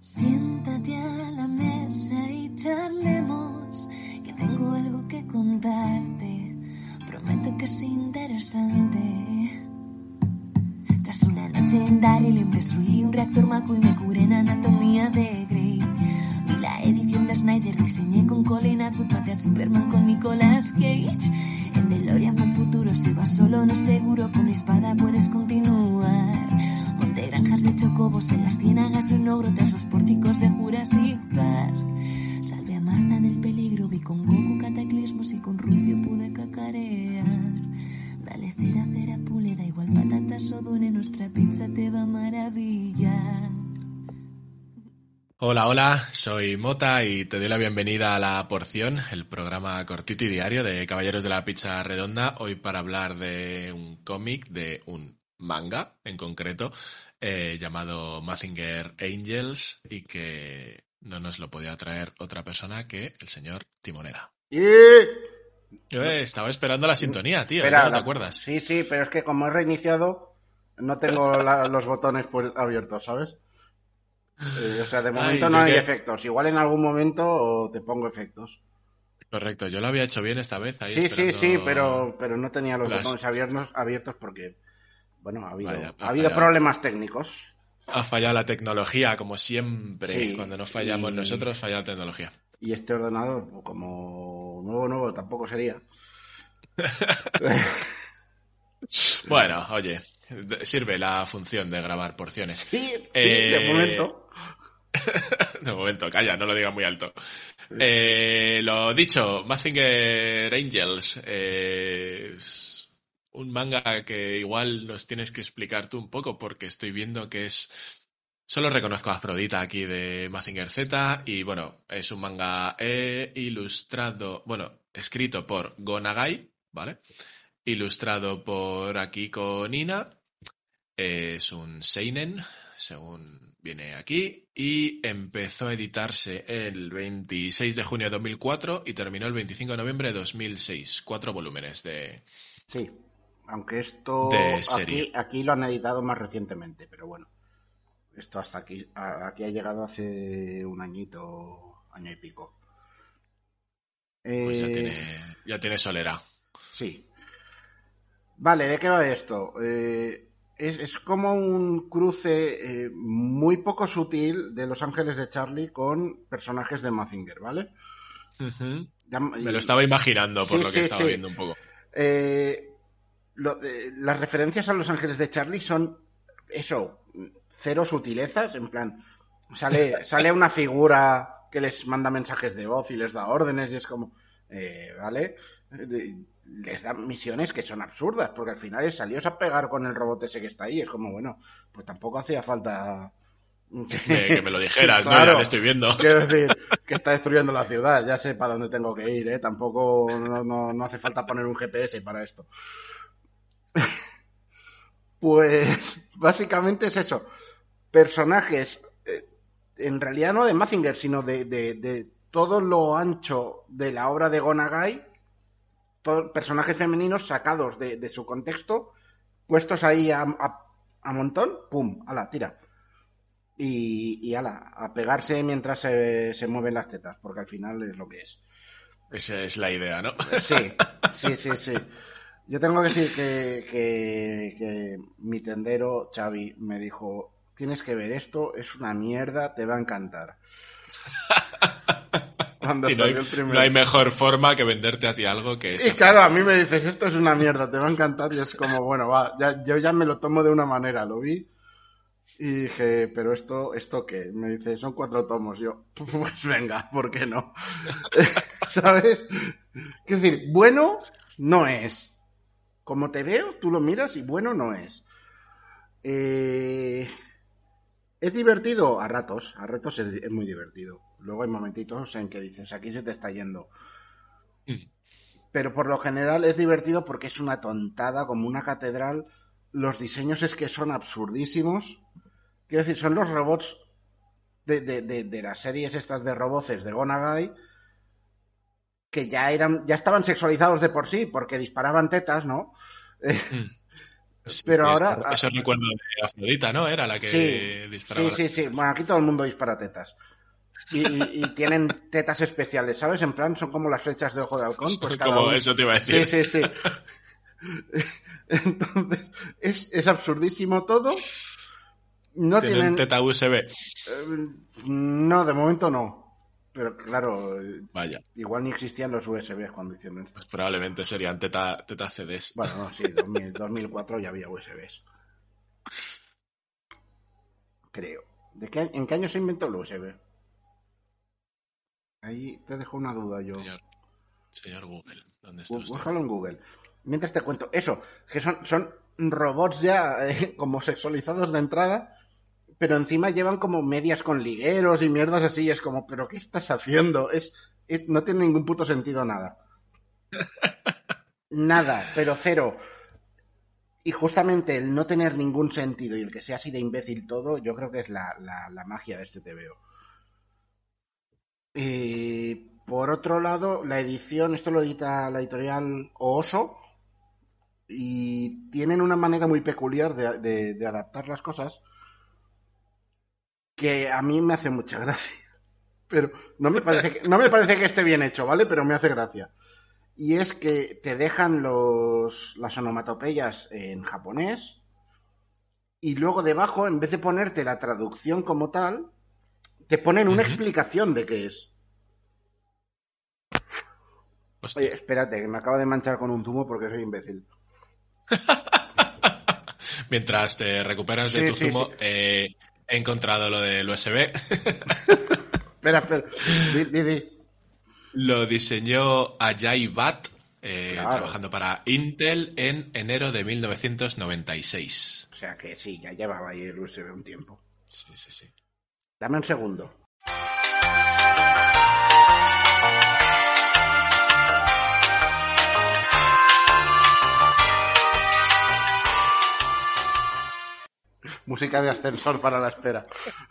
Siéntate a la mesa y charlemos, que tengo algo que contarte. Prometo que es interesante. Tras una noche en Daryl destruí un reactor McCoy y me curé en anatomía de Grey. Vi la edición de Snyder, diseñé con Colin Atwood, maté a Superman con Nicolas Cage. En DeLorean fue el futuro, si vas solo no seguro, con mi espada puedes continuar. Monté granjas de chocobos en las ciénagas de un ogro tras los pórticos de Jurassic Park. Salvé a Marta del peligro, vi con Goku cataclismos y con Rufio pude cacarear. Dale cera, cera, pule, da igual patatas o dune, nuestra pizza te va a maravillar. Hola, hola, soy Mota y te doy la bienvenida a La Porción, el programa cortito y diario de Caballeros de la Pizza Redonda, hoy para hablar de un cómic, de un manga en concreto, llamado Mazinger Angels, y que no nos lo podía traer otra persona que el señor Timoneda. Estaba esperando la sintonía, tío. Espera, ¿No te acuerdas? Sí, pero es que como he reiniciado, no tengo los botones abiertos, ¿sabes? O sea, de momento no hay efectos. Igual en algún momento te pongo efectos. Correcto, yo lo había hecho bien esta vez. Ahí Sí, pero no tenía los botones abiertos porque, bueno, ha habido problemas técnicos. Ha fallado la tecnología, como siempre. Sí, cuando no fallamos nosotros, falla la tecnología. Y este ordenador, como nuevo, tampoco sería. Bueno, oye, sirve la función de grabar porciones. Sí, de momento. De momento, calla, no lo digas muy alto. Lo dicho, Mazinger Angels es un manga que igual nos tienes que explicar tú un poco, porque estoy viendo que es... Solo reconozco a Afrodita aquí de Mazinger Z y bueno, es un manga ilustrado, bueno, escrito por Go Nagai, ¿vale? Ilustrado por Akiko Nina, es un seinen, según viene aquí, y empezó a editarse el 26 de junio de 2004 y terminó el 25 de noviembre de 2006. 4 volúmenes de... Sí, aunque esto aquí lo han editado más recientemente, pero bueno. Esto hasta aquí ha llegado hace un año y pico. Pues ya tiene solera. Sí. Vale, ¿de qué va esto? Es como un cruce muy poco sutil de Los Ángeles de Charlie con personajes de Mazinger, ¿vale? Uh-huh. Me lo estaba imaginando por lo que estaba viendo un poco. Las referencias a Los Ángeles de Charlie son eso, cero sutilezas, en plan, sale una figura que les manda mensajes de voz y les da órdenes y es como, ¿vale? Les dan misiones que son absurdas, porque al final es salíos a pegar con el robot ese que está ahí, es como, bueno, pues tampoco hacía falta que me lo dijeras, claro, ¿no? Ya lo estoy viendo. Quiero decir, que está destruyendo la ciudad, ya sé para dónde tengo que ir, tampoco no hace falta poner un GPS para esto. Pues básicamente es eso. Personajes, en realidad no de Mazinger, sino de todo lo ancho de la obra de Go Nagai, personajes femeninos sacados de su contexto, puestos ahí a montón, pum, ala, tira. Y ala, a pegarse mientras se mueven las tetas, porque al final es lo que es. Esa es la idea, ¿no? Sí. Yo tengo que decir que mi tendero, Xavi, me dijo, tienes que ver esto, es una mierda, te va a encantar. Cuando salió el primero. No hay mejor forma que venderte a ti algo que eso. Y claro, a mí me dices, esto es una mierda, te va a encantar, y es como, bueno, va, yo ya me lo tomo de una manera, lo vi, y dije, pero ¿esto qué? Me dice, son 4 tomos, yo, pues venga, ¿por qué no? ¿Sabes? Quiero decir, bueno no es. Como te veo, tú lo miras y bueno no es. ¿Es divertido? A ratos es muy divertido. Luego hay momentitos en que dices, aquí se te está yendo. Pero por lo general es divertido porque es una tontada, como una catedral. Los diseños es que son absurdísimos. Quiero decir, son los robots de las series estas de roboces de Go Nagai, que ya estaban sexualizados de por sí, porque disparaban tetas, ¿no? Sí, Pero sí, ahora... eso recuerdo de Afrodita, ¿no? Era la que Sí, disparaba. sí. Bueno, aquí todo el mundo dispara tetas. Y tienen tetas especiales, ¿sabes? En plan, son como las flechas de ojo de halcón, pues cada Como uno... eso te iba a decir. Sí. Entonces, es absurdísimo todo. No ¿Tienen tienen... teta USB? no, de momento no. Pero claro, Vaya, igual ni existían los USBs cuando hicieron esto. pues probablemente serían teta CDs. Bueno, no, sí, 2004 ya había USBs. Creo. ¿En qué año se inventó el USB? Ahí te dejo una duda yo. Señor Google, ¿dónde está usted? Búscalo en Google. Mientras te cuento eso, que son robots ya como sexualizados de entrada, pero encima llevan como medias con ligueros y mierdas así. Es como, ¿pero qué estás haciendo? No tiene ningún puto sentido nada. Nada, pero cero. Y justamente el no tener ningún sentido y el que sea así de imbécil todo, yo creo que es la magia de este TVO. Y por otro lado, la edición, esto lo edita la editorial Ooso, y tienen una manera muy peculiar de adaptar las cosas que a mí me hace mucha gracia. Pero no me parece que esté bien hecho, ¿vale? Pero me hace gracia. Y es que te dejan las onomatopeyas en japonés y luego debajo, en vez de ponerte la traducción como tal, te ponen una explicación de qué es. Hostia. Oye, espérate, que me acabo de manchar con un zumo porque soy imbécil. Mientras te recuperas de tu zumo, sí. he encontrado lo del USB. Espera. Di. Lo diseñó Ajay Bhatt, Claro. trabajando para Intel en enero de 1996. O sea que sí, ya llevaba ahí el USB un tiempo. Sí. Dame un segundo. Música de ascensor para la espera.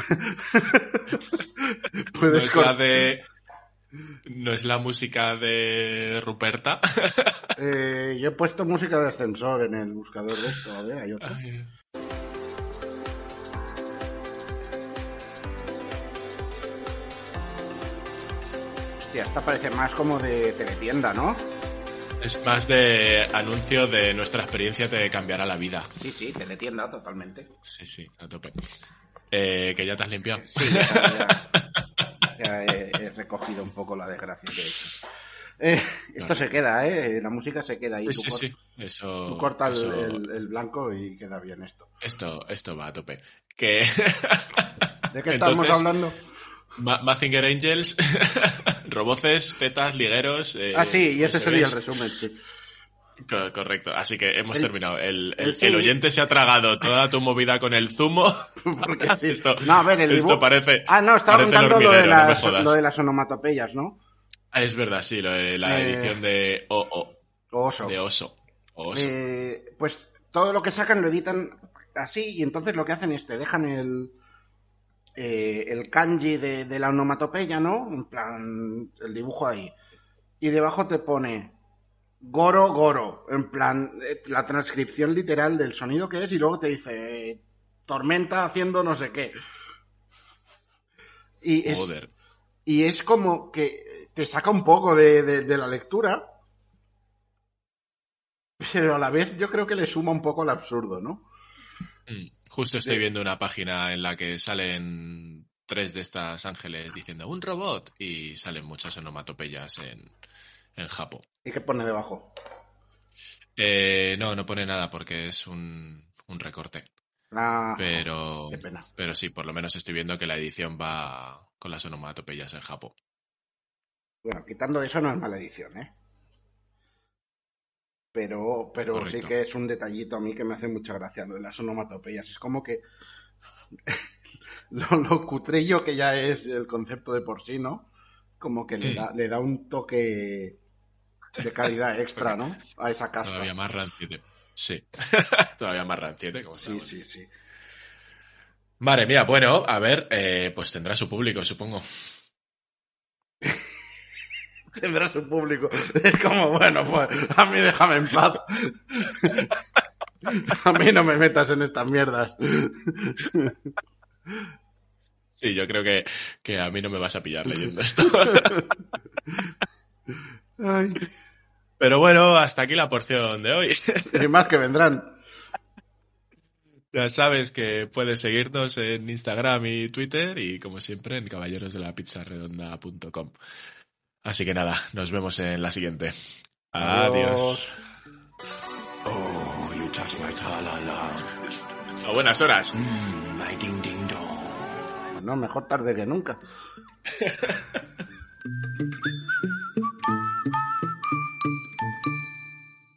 ¿No es la música de Ruperta? Yo he puesto música de ascensor en el buscador de esto. A ver, hay otro. Hostia, esta parece más como de teletienda, ¿no? Es más de anuncio de nuestra experiencia te cambiará la vida. Sí, teletienda, totalmente. Sí, a tope. ¿Que ya te has limpiado? Sí, ya he recogido un poco la desgracia que he hecho. Esto se queda, la música se queda ahí. Sí. Eso, tú cortas el blanco y queda bien esto. Esto va a tope. ¿De qué estamos hablando? Mazinger Angels, roboces, tetas, ligueros. Sí, y ese sería el resumen, sí. Correcto, así que hemos terminado. El oyente se ha tragado toda tu movida con el zumo. Porque sí. Esto parece. No, estaba contando lo de las onomatopeyas, ¿no? Es verdad, sí, la edición de Oso. De Oso. Pues todo lo que sacan lo editan así, y entonces lo que hacen es te dejan el kanji de la onomatopeya, ¿no? En plan, el dibujo ahí. Y debajo te pone Goro, en plan, la transcripción literal del sonido que es, y luego te dice tormenta haciendo no sé qué. Joder. Y es como que te saca un poco de la lectura, pero a la vez yo creo que le suma un poco al absurdo, ¿no? Justo estoy viendo una página en la que salen 3 de estas ángeles diciendo un robot y salen muchas onomatopeyas en Japón. ¿Y qué pone debajo? No pone nada porque es un recorte. Pero, qué pena. Pero sí, por lo menos estoy viendo que la edición va con las onomatopeyas en Japón. Bueno, quitando eso no es mala edición, ¿eh? Pero sí que es un detallito a mí que me hace mucha gracia lo de las onomatopeyas. Es como que lo cutrillo que ya es el concepto de por sí, ¿no? Como que le da un toque de calidad extra, ¿no? A esa caspa. Todavía más ranciete. Sí. Todavía más ranciete. Sí. Madre mía, bueno, a ver, pues tendrá su público, supongo. Tendrá su público. Es como, bueno, pues a mí déjame en paz. A mí no me metas en estas mierdas. Sí, yo creo que a mí no me vas a pillar leyendo esto. Ay, Pero bueno, hasta aquí la porción de hoy. y más que vendrán. Ya sabes que puedes seguirnos en Instagram y Twitter y como siempre en caballerosdelapizzarredonda.com. Así que nada, nos vemos en la siguiente. Adiós. Oh, you touch my tra-la-la. A buenas horas. My ding-ding-dong. Pues no, mejor tarde que nunca.